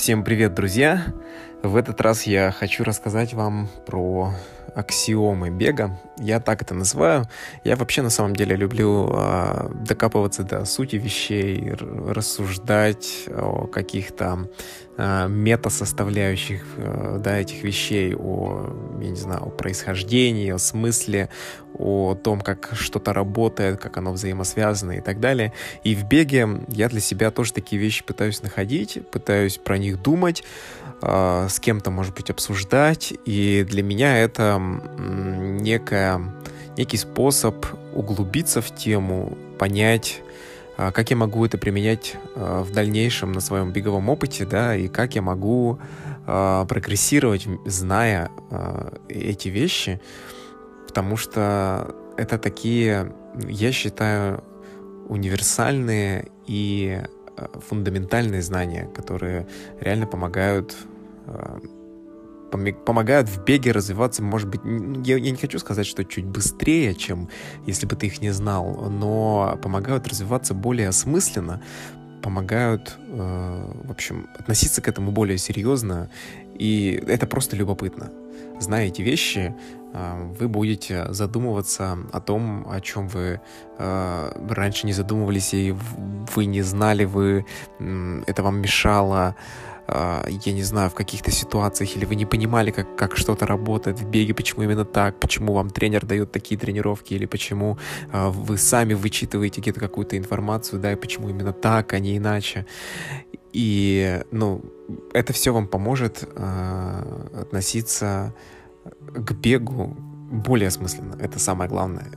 Всем привет, друзья! В этот раз я хочу рассказать вам про аксиомы бега. Я так это называю. Я вообще на самом деле люблю докапываться до сути вещей, рассуждать о каких-то мета-составляющих этих вещей, я не знаю, о происхождении, о смысле, о том, как что-то работает, как оно взаимосвязано и так далее. И в беге я для себя тоже такие вещи пытаюсь находить, пытаюсь про них думать, с кем-то, может быть, обсуждать. И для меня это некий способ углубиться в тему, понять, как я могу это применять в дальнейшем на своем беговом опыте, да, и как я могу прогрессировать, зная эти вещи, потому что это такие, я считаю, универсальные и фундаментальные знания, которые реально помогают в беге развиваться, может быть, я не хочу сказать, что чуть быстрее, чем если бы ты их не знал, но помогают развиваться более осмысленно, помогают, в общем, относиться к этому более серьезно, и это просто любопытно. Зная эти вещи, вы будете задумываться о том, о чем вы раньше не задумывались, и вы не знали, это вам мешало, я не знаю, в каких-то ситуациях, или вы не понимали, как что-то работает в беге, почему именно так, почему вам тренер дает такие тренировки, или почему вы сами вычитываете где-то какую-то информацию, да, и почему именно так, а не иначе. И, это все вам поможет относиться к бегу более осмысленно. Это самое главное.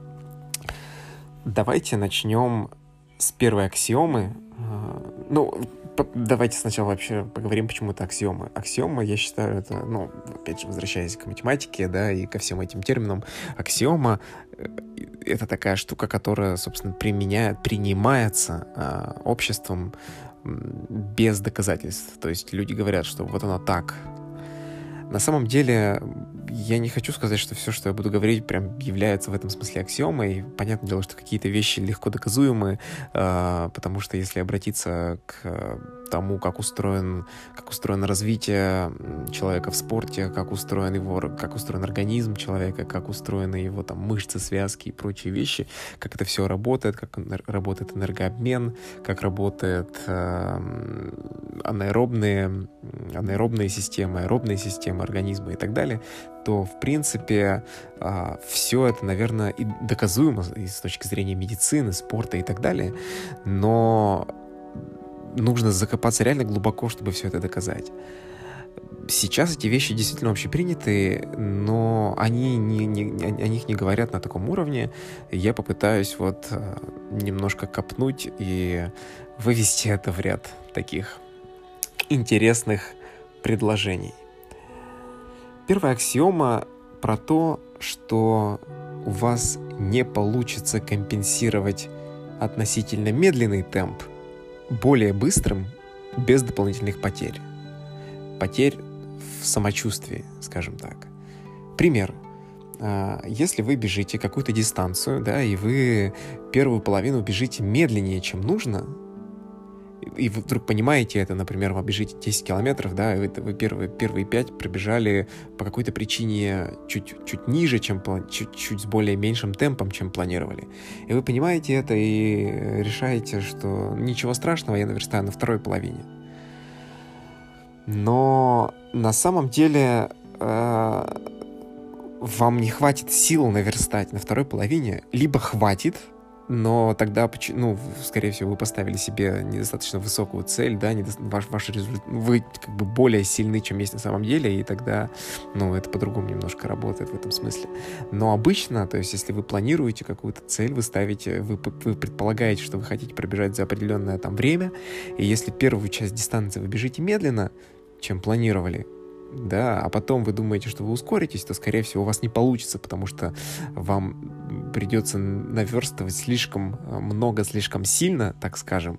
Давайте начнем с первой аксиомы. Давайте сначала вообще поговорим, почему это аксиомы. Аксиома, я считаю, это, опять же, возвращаясь к математике, да, и ко всем этим терминам, аксиома — это такая штука, которая, собственно, принимается обществом без доказательств. То есть люди говорят, что вот оно так. На самом деле, я не хочу сказать, что все, что я буду говорить, прям является в этом смысле аксиомой. Понятное дело, что какие-то вещи легко доказуемы, потому что если обратиться к тому, как устроено развитие человека в спорте, как устроен организм человека, как устроены его там мышцы, связки и прочие вещи, как это все работает, как работает энергообмен, как работают анаэробные системы, аэробные системы организма и так далее, то, в принципе, все это, наверное, и доказуемо и с точки зрения медицины, спорта и так далее, но нужно закопаться реально глубоко, чтобы все это доказать. Сейчас эти вещи действительно общеприняты, но о них не говорят на таком уровне. Я попытаюсь немножко копнуть и вывести это в ряд таких интересных предложений. Первая аксиома про то, что у вас не получится компенсировать относительно медленный темп более быстрым без дополнительных потерь. Потерь в самочувствии, скажем так. Пример. Если вы бежите какую-то дистанцию, да, и вы первую половину бежите медленнее, чем нужно, и вы вдруг понимаете это, например, вы бежите 10 километров, да, и вы первые 5 пробежали по какой-то причине чуть ниже, чуть с более меньшим темпом, чем планировали. И вы понимаете это и решаете, что ничего страшного, я наверстаю на второй половине. Но на самом деле вам не хватит сил наверстать на второй половине, либо хватит, но тогда, скорее всего, вы поставили себе недостаточно высокую цель, да, ваш результат, вы как бы более сильны, чем есть на самом деле, и тогда, это по-другому немножко работает в этом смысле. Но обычно, то есть, если вы планируете какую-то цель, вы предполагаете, что вы хотите пробежать за определенное там время, и если первую часть дистанции вы бежите медленно, чем планировали, да, а потом вы думаете, что вы ускоритесь, то, скорее всего, у вас не получится, потому что вам придется наверстывать слишком много, слишком сильно, так скажем,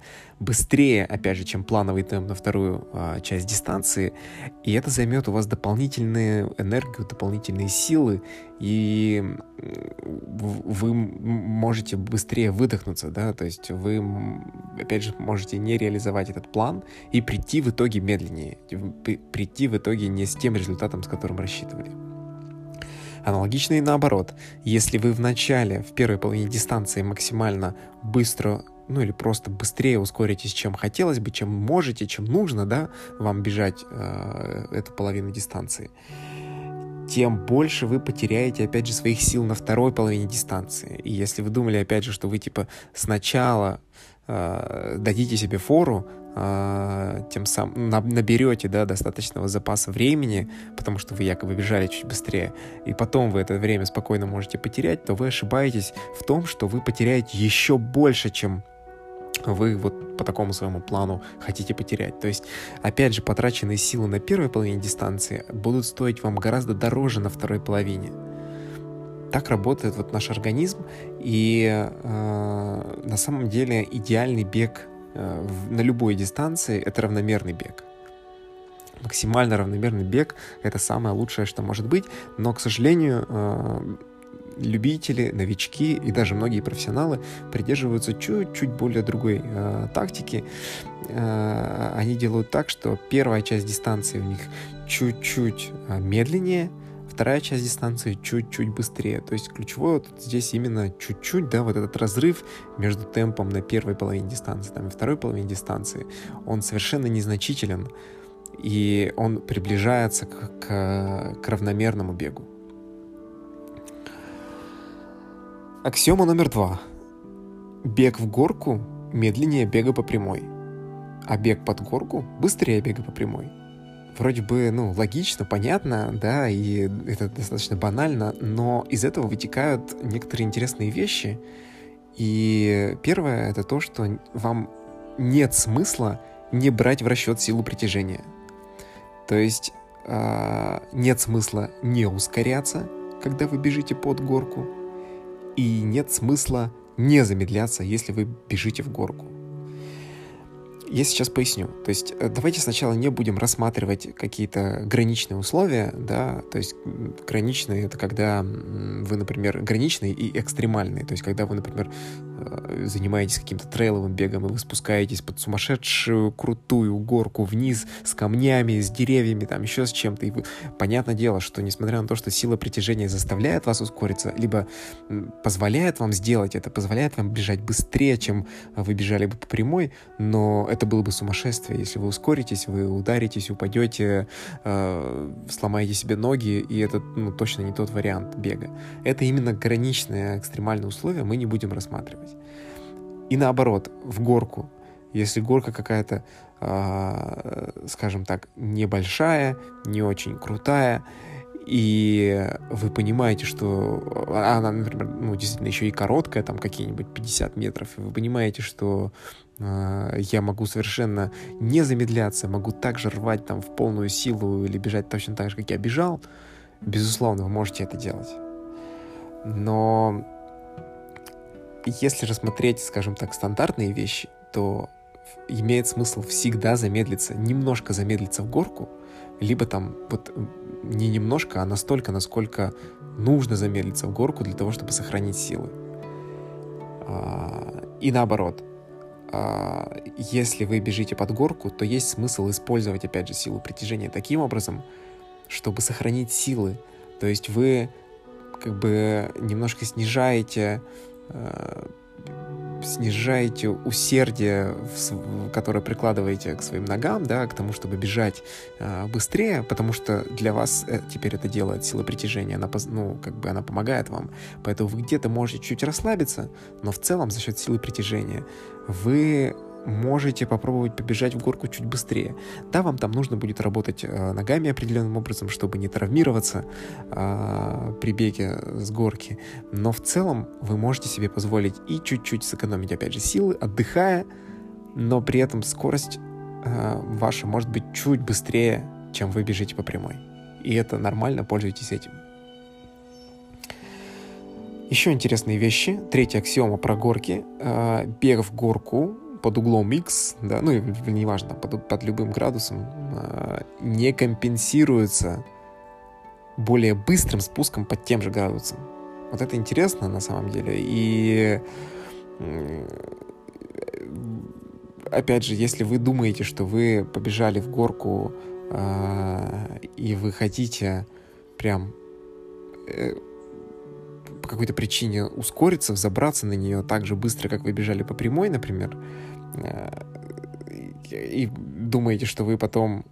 быстрее, опять же, чем плановый темп на вторую часть дистанции, и это займет у вас дополнительную энергию, дополнительные силы, и вы можете быстрее выдохнуться, да, то есть вы, опять же, можете не реализовать этот план и прийти в итоге медленнее, прийти в итоге не с тем результатом, с которым рассчитывали. Аналогично и наоборот. Если вы в начале, в первой половине дистанции максимально быстро, ну или просто быстрее ускоритесь, чем хотелось бы, чем можете, чем нужно, да, вам бежать эту половину дистанции, тем больше вы потеряете, опять же, своих сил на второй половине дистанции. И если вы думали, опять же, что вы, типа, сначала дадите себе фору, тем самым наберете, да, достаточного запаса времени, потому что вы якобы бежали чуть быстрее, и потом вы это время спокойно можете потерять, то вы ошибаетесь в том, что вы потеряете еще больше, чем вы вот по такому своему плану хотите потерять. То есть, опять же, потраченные силы на первой половине дистанции будут стоить вам гораздо дороже на второй половине. Так работает вот наш организм, и на самом деле идеальный бег на любой дистанции — это равномерный бег. Максимально равномерный бег — это самое лучшее, что может быть, но, к сожалению, любители, новички и даже многие профессионалы придерживаются чуть-чуть более другой тактики. Они делают так, что первая часть дистанции у них чуть-чуть медленнее, вторая часть дистанции чуть-чуть быстрее. То есть ключевое вот здесь именно чуть-чуть, да, вот этот разрыв между темпом на первой половине дистанции там, и второй половине дистанции, он совершенно незначителен, и он приближается к равномерному бегу. Аксиома номер 2. Бег в горку медленнее бега по прямой, а бег под горку быстрее бега по прямой. Вроде бы, логично, понятно, да, и это достаточно банально, но из этого вытекают некоторые интересные вещи. И первое — это то, что вам нет смысла не брать в расчет силу притяжения. То есть нет смысла не ускоряться, когда вы бежите под горку, и нет смысла не замедляться, если вы бежите в горку. Я сейчас поясню. То есть давайте сначала не будем рассматривать какие-то граничные условия, да, то есть граничные — это когда вы, например, граничные и экстремальные, то есть когда вы, например, занимаетесь каким-то трейловым бегом, и вы спускаетесь под сумасшедшую крутую горку вниз с камнями, с деревьями, там еще с чем-то, и понятное дело, что несмотря на то, что сила притяжения заставляет вас ускориться, либо позволяет вам сделать это, позволяет вам бежать быстрее, чем вы бежали бы по прямой, но это было бы сумасшествие. Если вы ускоритесь, вы ударитесь, упадете, сломаете себе ноги, и это точно не тот вариант бега. Это именно граничные экстремальные условия мы не будем рассматривать. И наоборот, в горку. Если горка какая-то, скажем так, небольшая, не очень крутая, и вы понимаете, что она, например, действительно еще и короткая, там какие-нибудь 50 метров, и вы понимаете, что я могу совершенно не замедляться, могу также рвать там в полную силу или бежать точно так же, как я бежал, безусловно, вы можете это делать. Но если рассмотреть, скажем так, стандартные вещи, то имеет смысл всегда замедлиться, немножко замедлиться в горку, либо там вот не немножко, а настолько, насколько нужно замедлиться в горку для того, чтобы сохранить силы. И наоборот, если вы бежите под горку, то есть смысл использовать, опять же, силу притяжения таким образом, чтобы сохранить силы. То есть вы как бы немножко снижаете усердие, которое прикладываете к своим ногам, да, к тому, чтобы бежать быстрее, потому что для вас теперь это делает сила притяжения, она помогает вам. Поэтому вы где-то можете чуть расслабиться, но в целом за счет силы притяжения вы можете попробовать побежать в горку чуть быстрее. Да, вам там нужно будет работать ногами определенным образом, чтобы не травмироваться при беге с горки, но в целом вы можете себе позволить и чуть-чуть сэкономить, опять же, силы, отдыхая, но при этом скорость ваша может быть чуть быстрее, чем вы бежите по прямой. И это нормально, пользуйтесь этим. Еще интересные вещи. Третья аксиома про горки. Бег в горку под углом X, да, ну, неважно, под любым градусом, не компенсируется более быстрым спуском под тем же градусом. Вот это интересно на самом деле. И опять же, если вы думаете, что вы побежали в горку и вы хотите прям по какой-то причине ускориться, взобраться на нее так же быстро, как вы бежали по прямой, например, и думаете, что вы потом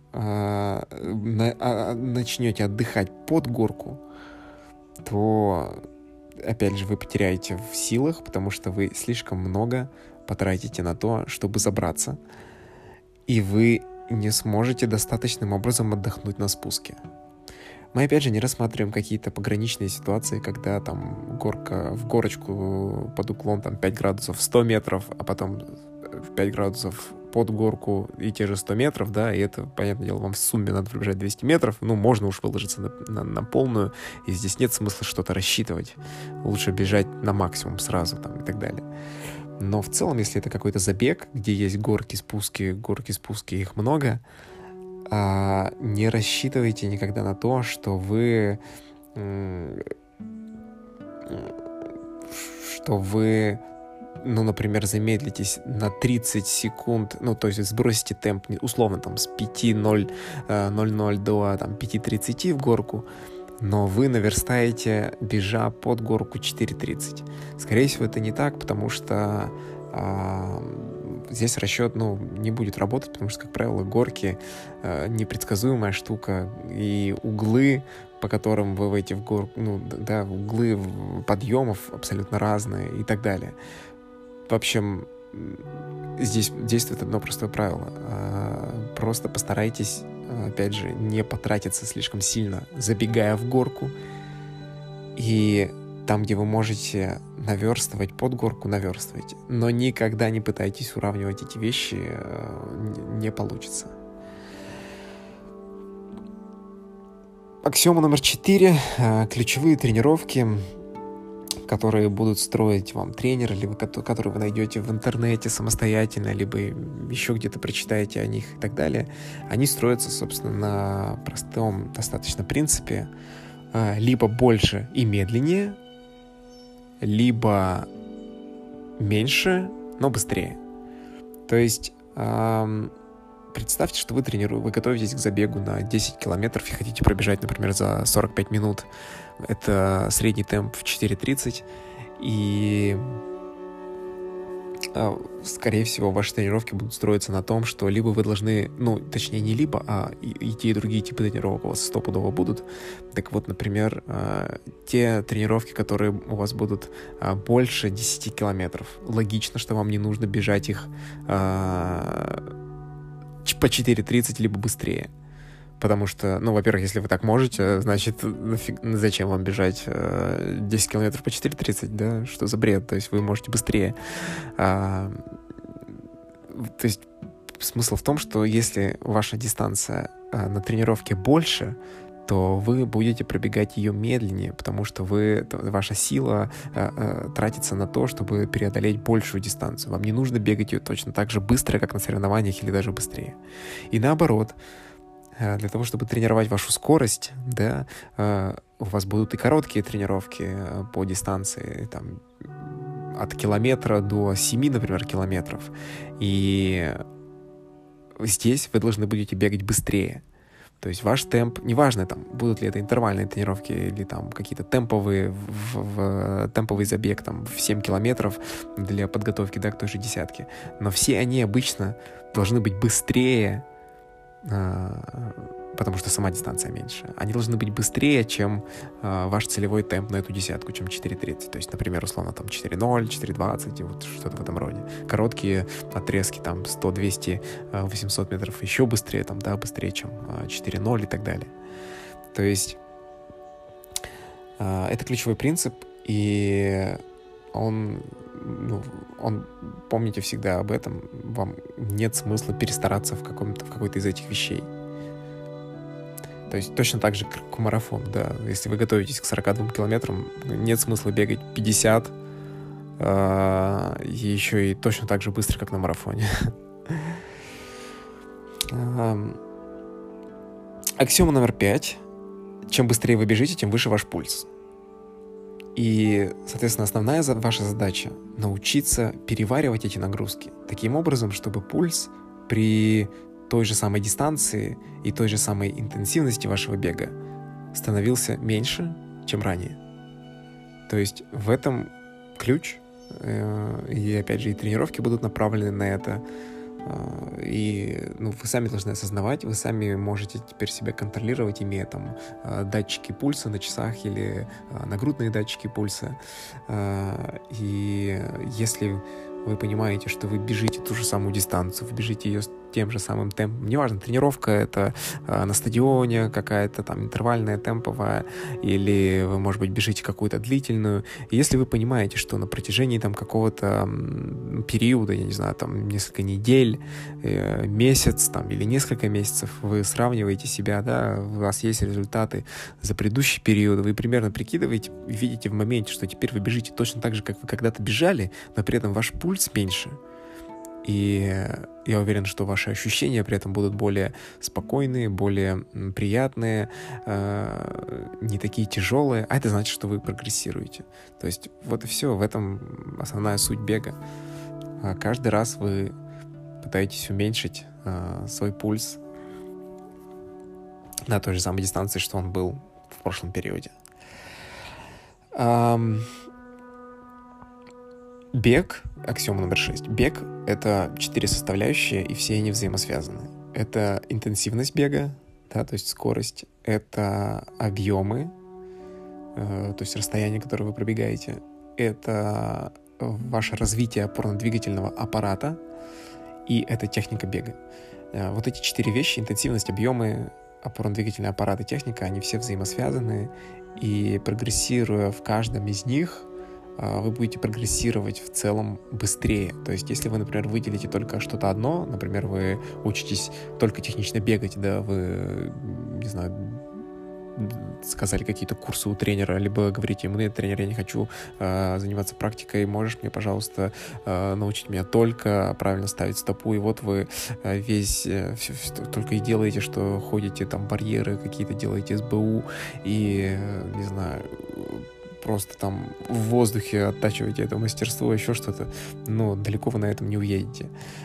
начнете отдыхать под горку, то, опять же, вы потеряете в силах, потому что вы слишком много потратите на то, чтобы забраться, и вы не сможете достаточным образом отдохнуть на спуске. Мы, опять же, не рассматриваем какие-то пограничные ситуации, когда там горка в горочку под уклон там 5 градусов 100 метров, а потом 5 градусов под горку и те же 100 метров, да, и это, понятное дело, вам в сумме надо пробежать 200 метров, ну, можно уж выложиться на полную, и здесь нет смысла что-то рассчитывать. Лучше бежать на максимум сразу там и так далее. Но в целом, если это какой-то забег, где есть горки, спуски, их много, не рассчитывайте никогда на то, что вы ну, например, замедлитесь на 30 секунд, ну, то есть сбросите темп, условно, там, с 5:00 до, там, 5:30 в горку, но вы наверстаете, бежа под горку 4:30. Скорее всего, это не так, потому что здесь расчет, ну, не будет работать, потому что, как правило, горки непредсказуемая штука, и углы, по которым вы войдете в горку, ну, да, углы подъемов абсолютно разные и так далее. В общем, здесь действует одно простое правило. Просто постарайтесь, опять же, не потратиться слишком сильно, забегая в горку, и там, где вы можете наверстывать под горку, наверстывайте. Но никогда не пытайтесь уравнивать эти вещи, не получится. Аксиома номер 4. Ключевые тренировки, которые будут строить вам тренер, либо которые вы найдете в интернете самостоятельно, либо еще где-то прочитаете о них и так далее, они строятся, собственно, на простом достаточно принципе: либо больше и медленнее, либо меньше, но быстрее. То есть представьте, что вы готовитесь к забегу на 10 километров и хотите пробежать, например, за 45 минут. Это средний темп в 4:30. И скорее всего, ваши тренировки будут строиться на том, что либо вы должны, ну, точнее, не либо, а и те, и другие типы тренировок у вас стопудово будут. Так вот, например, те тренировки, которые у вас будут больше 10 километров, логично, что вам не нужно бежать их по 4:30, либо быстрее. Потому что, ну, во-первых, если вы так можете, значит, зачем вам бежать 10 километров по 4:30, да? Что за бред? То есть вы можете быстрее. То есть смысл в том, что если ваша дистанция на тренировке больше, то вы будете пробегать ее медленнее, потому что ваша сила тратится на то, чтобы преодолеть большую дистанцию. Вам не нужно бегать ее точно так же быстро, как на соревнованиях, или даже быстрее. И наоборот, для того, чтобы тренировать вашу скорость, да, у вас будут и короткие тренировки по дистанции, там, от километра до 7, например, километров. И здесь вы должны будете бегать быстрее. То есть ваш темп, неважно, там, будут ли это интервальные тренировки или там какие-то темповые, темповый забег там, в 7 километров для подготовки, да, к той же десятке. Но все они обычно должны быть быстрее, потому что сама дистанция меньше. Они должны быть быстрее, чем ваш целевой темп на эту десятку, чем 4:30. То есть, например, условно, там 4:0, 4:20, и вот что-то в этом роде. Короткие отрезки, там 100, 200, 800 метров еще быстрее, там, да, быстрее, чем 4:0 и так далее. То есть это ключевой принцип, и он, помните всегда об этом, вам нет смысла перестараться в какой-то из этих вещей. То есть точно так же, как к марафону, да. Если вы готовитесь к 42 километрам, нет смысла бегать 50 еще и точно так же быстро, как на марафоне. Аксиома номер 5. Чем быстрее вы бежите, тем выше ваш пульс. И, соответственно, основная ваша задача — научиться переваривать эти нагрузки таким образом, чтобы пульс при той же самой дистанции и той же самой интенсивности вашего бега становился меньше, чем ранее. То есть в этом ключ, и опять же и тренировки будут направлены на это. И вы сами должны осознавать, вы сами можете теперь себя контролировать, имея там датчики пульса на часах или нагрудные датчики пульса. И если вы понимаете, что вы бежите ту же самую дистанцию, вы бежите ее с тем же самым темпом, неважно, тренировка это на стадионе, какая-то там интервальная, темповая, или вы, может быть, бежите какую-то длительную. И если вы понимаете, что на протяжении там какого-то периода, я не знаю, там несколько недель, месяц там или несколько месяцев вы сравниваете себя, да, у вас есть результаты за предыдущий период, вы примерно прикидываете, видите в моменте, что теперь вы бежите точно так же, как вы когда-то бежали, но при этом ваш пульс меньше. И я уверен, что ваши ощущения при этом будут более спокойные, более приятные, не такие тяжелые, а это значит, что вы прогрессируете. То есть вот и все, в этом основная суть бега. Каждый раз вы пытаетесь уменьшить свой пульс на той же самой дистанции, что он был в прошлом периоде. Бег, аксиома номер 6. Бег — это 4 составляющие, и все они взаимосвязаны. Это интенсивность бега, да, то есть скорость, это объемы, то есть расстояние, которое вы пробегаете, это ваше развитие опорно-двигательного аппарата, и это техника бега. Вот эти 4 вещи, интенсивность, объемы, опорно-двигательный аппарат и техника, они все взаимосвязаны, и прогрессируя в каждом из них, вы будете прогрессировать в целом быстрее. То есть, если вы, например, выделите только что-то одно, например, вы учитесь только технично бегать, да, вы, не знаю, сказали какие-то курсы у тренера, либо говорите ему: нет, тренер, я не хочу заниматься практикой, можешь мне, пожалуйста, научить меня только правильно ставить стопу, и вот вы только и делаете, что ходите, там, барьеры какие-то делаете, СБУ, и, не знаю, просто там в воздухе оттачиваете это мастерство, еще что-то, далеко вы на этом не уедете.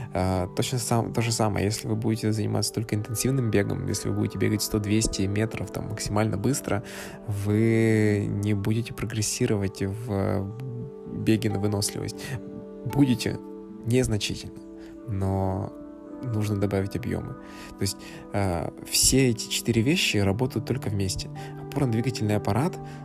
То же самое, если вы будете заниматься только интенсивным бегом, если вы будете бегать 100-200 метров там, максимально быстро, вы не будете прогрессировать в беге на выносливость. Будете незначительно, но нужно добавить объемы. То есть все эти 4 вещи работают только вместе. Опорно-двигательный аппарат —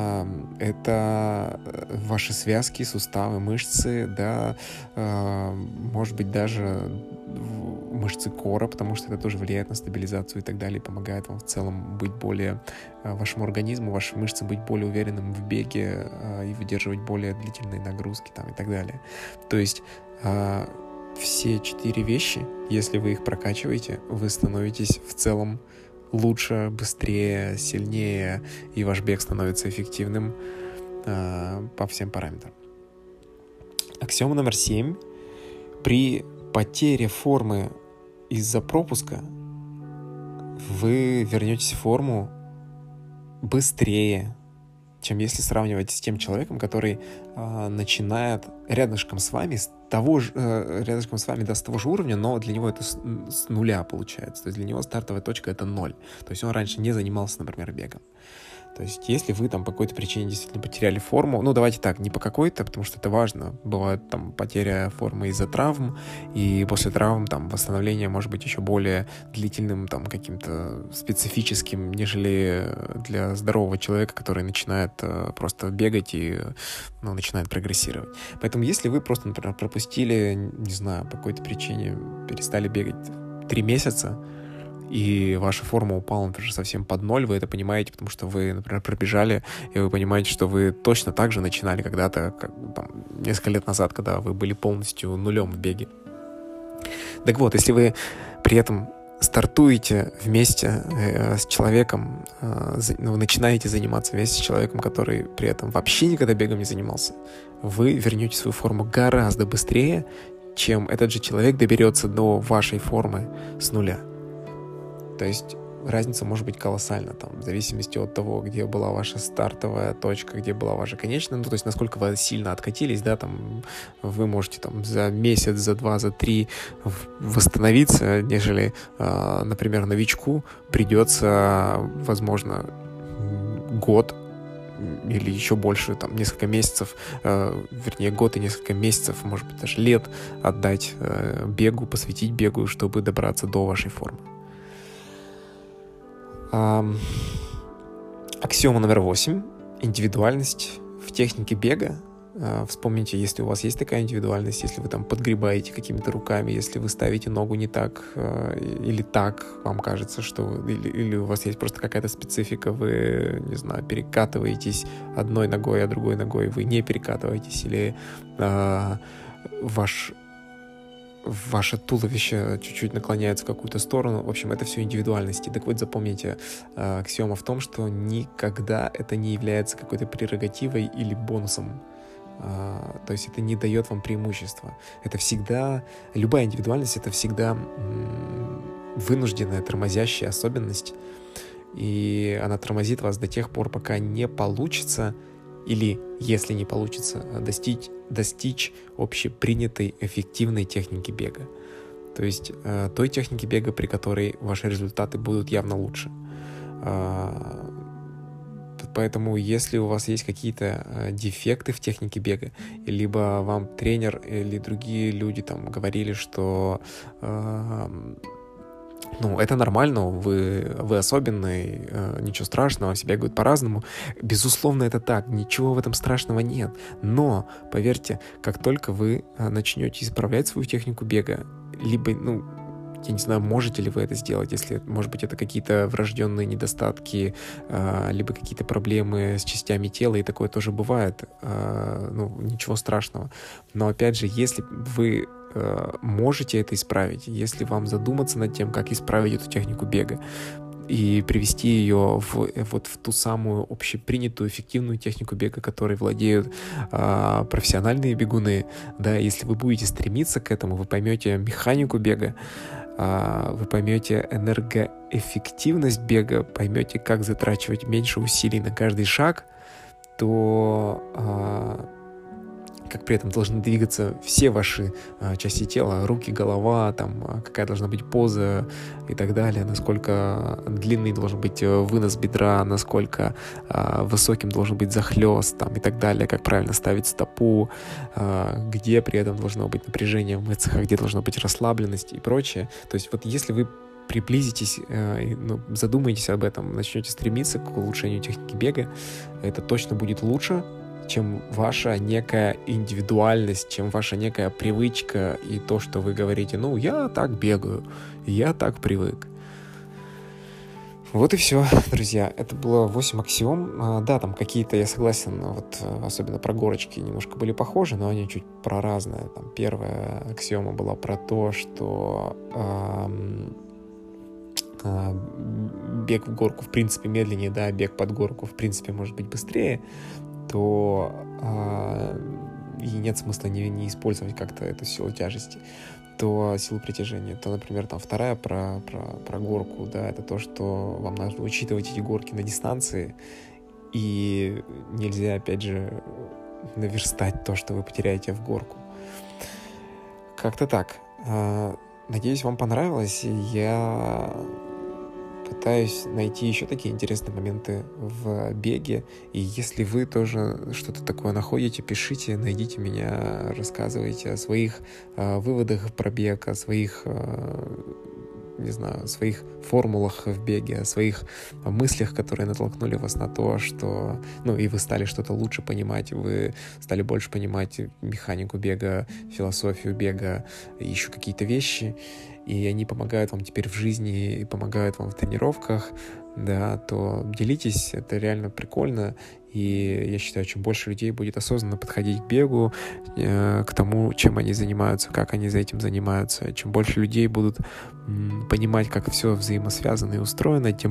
это ваши связки, суставы, мышцы, да, может быть, даже мышцы кора, потому что это тоже влияет на стабилизацию и так далее, и помогает вам в целом быть более, вашему организму, вашим мышцам быть более уверенным в беге и выдерживать более длительные нагрузки там, и так далее. То есть все 4 вещи, если вы их прокачиваете, вы становитесь в целом лучше, быстрее, сильнее, и ваш бег становится эффективным по всем параметрам. Аксиома номер 7. При потере формы из-за пропуска вы вернетесь в форму быстрее, чем если сравнивать с тем человеком, который начинает рядышком с вами, с того же уровня, но для него это с нуля получается. То есть для него стартовая точка — это 0. То есть он раньше не занимался, например, бегом. То есть если вы там по какой-то причине действительно потеряли форму, давайте так, не по какой-то, потому что это важно. Бывает там потеря формы из-за травм, и после травм там восстановление может быть еще более длительным, там каким-то специфическим, нежели для здорового человека, который начинает просто бегать и начинает прогрессировать. Поэтому если вы просто, например, пропустили, не знаю, по какой-то причине перестали бегать 3 месяца, и ваша форма упала, например, совсем под 0, вы это понимаете, потому что вы, например, пробежали, и вы понимаете, что вы точно так же начинали когда-то, несколько лет назад, когда вы были полностью нулем в беге. Так вот, если вы при этом стартуете вместе с человеком, начинаете заниматься вместе с человеком, который при этом вообще никогда бегом не занимался, вы вернете свою форму гораздо быстрее, чем этот же человек доберется до вашей формы с нуля. То есть разница может быть колоссальна, там, в зависимости от того, где была ваша стартовая точка, где была ваша конечная, то есть насколько вы сильно откатились, да, там, вы можете там за месяц, за 2, за 3 восстановиться, нежели, например, новичку придется, возможно, год или еще больше, там, несколько месяцев, вернее, год и несколько месяцев, может быть, даже лет отдать бегу, посвятить бегу, чтобы добраться до вашей формы. Аксиома номер 8. Индивидуальность в технике бега. Вспомните, если у вас есть такая индивидуальность, если вы там подгребаете какими-то руками, если вы ставите ногу не так или так, вам кажется, что... Или у вас есть просто какая-то специфика, вы, не знаю, перекатываетесь одной ногой, а другой ногой вы не перекатываетесь, или ваше туловище чуть-чуть наклоняется в какую-то сторону. В общем, это все индивидуальности. Так вот, запомните, аксиома в том, что никогда это не является какой-то прерогативой или бонусом. То есть это не дает вам преимущества. Это всегда... Любая индивидуальность — это всегда вынужденная тормозящая особенность. И она тормозит вас до тех пор, пока не получится, или, если не получится, достичь общепринятой эффективной техники бега. То есть той техники бега, при которой ваши результаты будут явно лучше. Поэтому, если у вас есть какие-то дефекты в технике бега, либо вам тренер или другие люди там говорили, что это нормально, вы особенный, ничего страшного, все бегают по-разному. Безусловно, это так, ничего в этом страшного нет. Но, поверьте, как только вы начнете исправлять свою технику бега, либо, я не знаю, можете ли вы это сделать, если, может быть, это какие-то врожденные недостатки, либо какие-то проблемы с частями тела, и такое тоже бывает, ничего страшного. Но, опять же, если вы можете это исправить, если вам задуматься над тем, как исправить эту технику бега и привести ее в ту самую общепринятую эффективную технику бега, которой владеют профессиональные бегуны, да, если вы будете стремиться к этому, вы поймете механику бега, вы поймете энергоэффективность бега, поймете, как затрачивать меньше усилий на каждый шаг, то как при этом должны двигаться все ваши части тела, руки, голова, там, какая должна быть поза и так далее, насколько длинный должен быть вынос бедра, насколько высоким должен быть захлёст, там, и так далее, как правильно ставить стопу, где при этом должно быть напряжение в мышцах, а где должна быть расслабленность и прочее. То есть вот если вы приблизитесь, задумаетесь об этом, начнете стремиться к улучшению техники бега, это точно будет лучше, чем ваша некая индивидуальность, чем ваша некая привычка и то, что вы говорите, я так бегаю, я так привык. Вот и все, друзья. Это было 8 аксиом. Да, там какие-то, я согласен, особенно про горочки немножко были похожи, но они чуть про разное. Там первая аксиома была про то, что бег в горку в принципе медленнее, да, бег под горку в принципе может быть быстрее, то и нет смысла не использовать как-то эту силу тяжести, то силу притяжения, то, например, там вторая про горку, да, это то, что вам нужно учитывать эти горки на дистанции, и нельзя, опять же, наверстать то, что вы потеряете в горку. Как-то так. Надеюсь, вам понравилось. Я пытаюсь найти еще такие интересные моменты в беге. И если вы тоже что-то такое находите, пишите, найдите меня, рассказывайте о своих выводах про бег, о своих, своих формулах в беге, о своих мыслях, которые натолкнули вас на то, что... и вы стали что-то лучше понимать, вы стали больше понимать механику бега, философию бега, еще какие-то вещи. И они помогают вам теперь в жизни, и помогают вам в тренировках. да, то делитесь, это реально прикольно. И я считаю, чем больше людей будет осознанно подходить к бегу, к тому, чем они занимаются, как они за этим занимаются, чем больше людей будут понимать, как все взаимосвязано и устроено, тем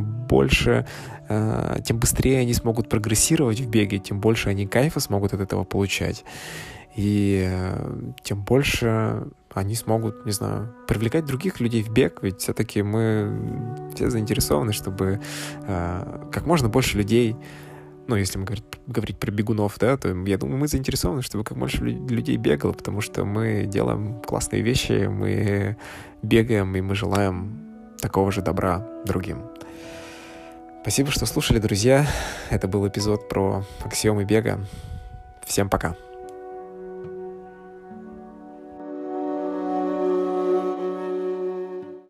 быстрее они смогут прогрессировать в беге, тем больше они кайфа смогут от этого получать. И тем больше они смогут, не знаю, привлекать других людей в бег, ведь все-таки мы все заинтересованы, чтобы как можно больше людей, ну, если мы говорить про бегунов, да, то я думаю, мы заинтересованы, чтобы как больше людей бегало, потому что мы делаем классные вещи, мы бегаем, и мы желаем такого же добра другим. Спасибо, что слушали, друзья. Это был эпизод про аксиомы бега. Всем пока.